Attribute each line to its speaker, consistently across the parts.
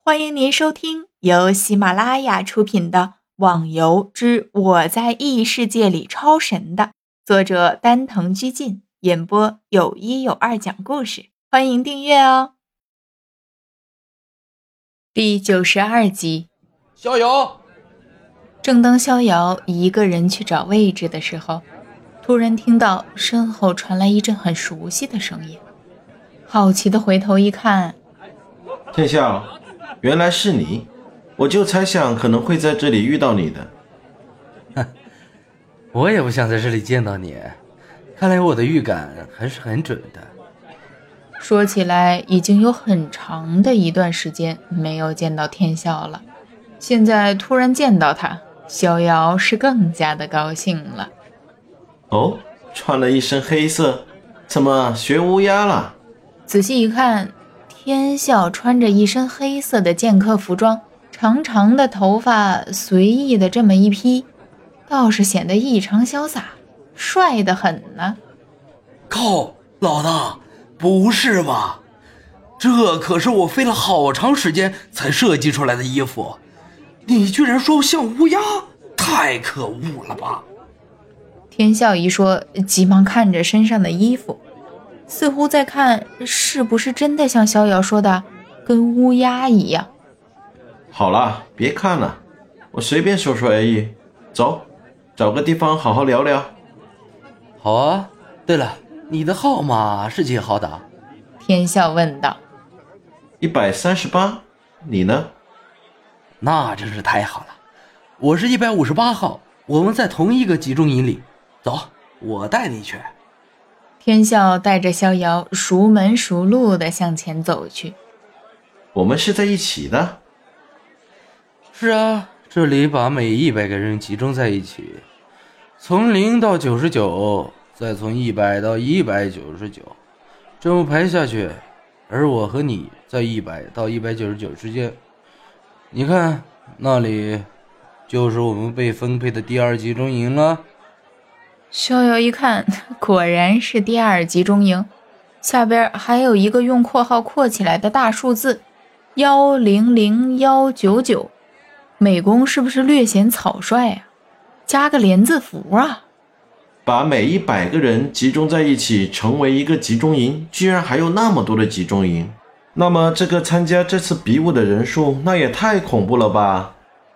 Speaker 1: 欢迎您收听由喜马拉雅出品的《网游之我在异世界里超神》的作者丹藤居进演播，有一有二讲故事，欢迎订阅哦。第92集。
Speaker 2: 逍遥。
Speaker 1: 正当逍遥一个人去找位置的时候，突然听到身后传来一阵很熟悉的声音，好奇的回头一看，
Speaker 3: 天笑，原来是你，我就猜想可能会在这里遇到你的。
Speaker 2: 我也不想在这里见到你，看来我的预感还是很准的。
Speaker 1: 说起来已经有很长的一段时间没有见到天笑了，现在突然见到他，逍遥是更加的高兴了。
Speaker 3: 哦，穿了一身黑色，怎么学乌鸦了？
Speaker 1: 仔细一看，天笑穿着一身黑色的剑客服装，长长的头发随意的这么一披，倒是显得异常潇洒，帅得很呢。
Speaker 4: 靠，老大，不是吧？这可是我费了好长时间才设计出来的衣服，你居然说像乌鸦，太可恶了吧！
Speaker 1: 天笑一说，急忙看着身上的衣服，似乎在看是不是真的像逍遥说的跟乌鸦一样。
Speaker 3: 好了，别看了，我随便说说而已。走，找个地方好好聊聊。
Speaker 2: 好啊，对了，你的号码是几号的？
Speaker 1: 天笑问道。
Speaker 3: 138，你呢？
Speaker 2: 那真是太好了，我是158号，我们在同一个集中营里。走，我带你去。
Speaker 1: 天笑带着逍遥熟门熟路地向前走去。
Speaker 3: 我们是在一起的。
Speaker 2: 是啊，这里把每100个人集中在一起，从0到99，再从100到199，这么排下去，而我和你在100到199之间。你看，那里就是我们被分配的第2集中营了。
Speaker 1: 逍遥一看，果然是第2集中营，下边还有一个用括号括起来的大数字100199，美工是不是略显草率啊？加个连字符啊！
Speaker 3: 把每100个人集中在一起成为一个集中营，居然还有那么多的集中营，那么这个参加这次比武的人数，那也太恐怖了吧！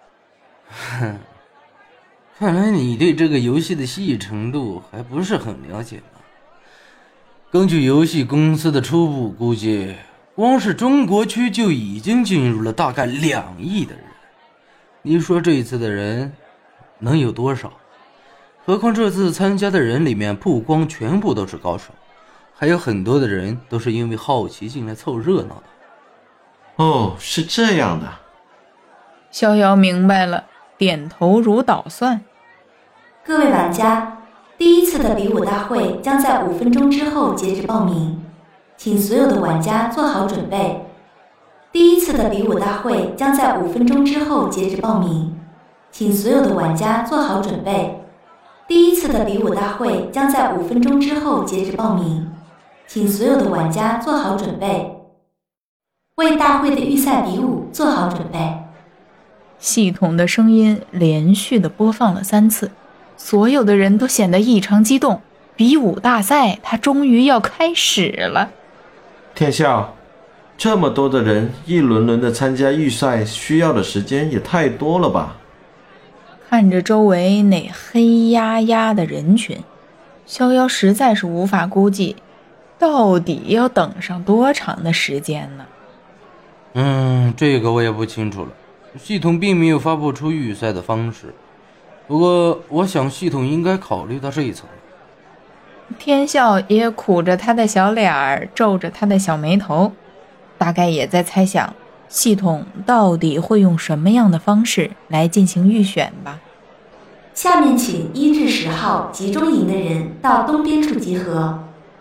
Speaker 2: 看来你对这个游戏的细程度还不是很了解呢。根据游戏公司的初步估计，光是中国区就已经进入了大概2亿的人。你说这次的人能有多少？何况这次参加的人里面不光全部都是高手，还有很多的人都是因为好奇进来凑热闹的。
Speaker 3: 哦，是这样的。
Speaker 1: 逍遥明白了，点头如捣蒜。
Speaker 5: 各位玩家，第1次的比武大会将在5分钟之后截止报名，请所有的玩家做好准备。第1次的比武大会将在5分钟之后截止报名，请所有的玩家做好准备。第1次的比武大会将在5分钟之后截止报名，请所有的玩家做好准备。为大会的预赛比武做好准备。
Speaker 1: 系统的声音连续的播放了3次，所有的人都显得异常激动。比武大赛它终于要开始了。
Speaker 3: 天笑，这么多的人一轮轮的参加预赛，需要的时间也太多了吧？
Speaker 1: 看着周围那黑压压的人群，逍遥实在是无法估计到底要等上多长的时间呢？
Speaker 2: 这个我也不清楚了，系统并没有发布出预赛的方式，不过我想系统应该考虑到这一层。
Speaker 1: 天笑也苦着他的小脸儿，皱着他的小眉头，大概也在猜想系统到底会用什么样的方式来进行预选吧。
Speaker 5: 下面请1至10号集中营的人到东边处集合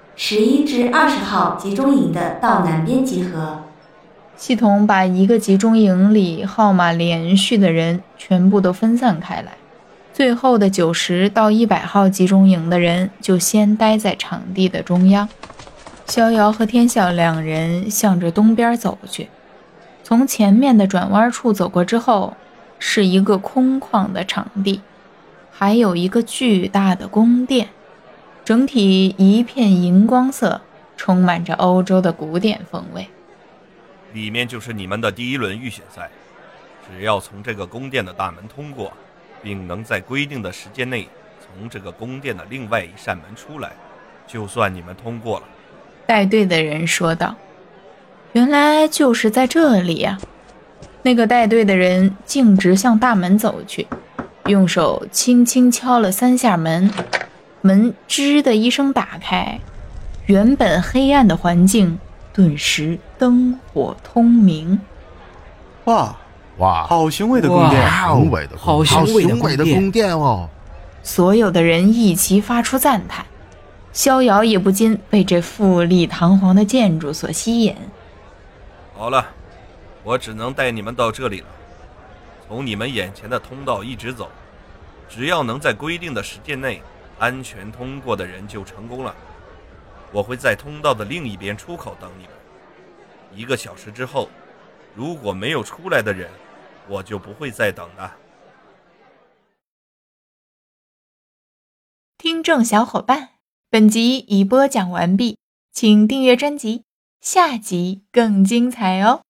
Speaker 5: ，11至20号集中营的到南边集合。
Speaker 1: 系统把一个集中营里号码连续的人全部都分散开来，最后的90到100号集中营的人就先待在场地的中央。逍遥和天笑两人向着东边走去， 从前面的转弯处走过之后，是一个空旷的场地，还有一个巨大的宫殿，整体一片银光色，充满着欧洲的古典风味。
Speaker 6: 里面就是你们的第一轮预选赛，只要从这个宫殿的大门通过，并能在规定的时间内从这个宫殿的另外一扇门出来，就算你们通过了。
Speaker 1: 带队的人说道。原来就是在这里呀！那个带队的人径直向大门走去，用手轻轻敲了3下门，门吱的一声打开，原本黑暗的环境顿时灯火通明。
Speaker 7: 哇，好雄伟的宫殿，
Speaker 4: 好雄伟的宫殿哦！
Speaker 1: 所有的人一齐发出赞叹，逍遥也不禁被这富丽堂皇的建筑所吸引。
Speaker 6: 好了，我只能带你们到这里了。从你们眼前的通道一直走，只要能在规定的时间内安全通过的人就成功了。我会在通道的另一边出口等你们。1个小时之后，如果没有出来的人，我就不会再等的。
Speaker 1: 听众小伙伴，本集已播讲完毕，请订阅专辑，下集更精彩哦。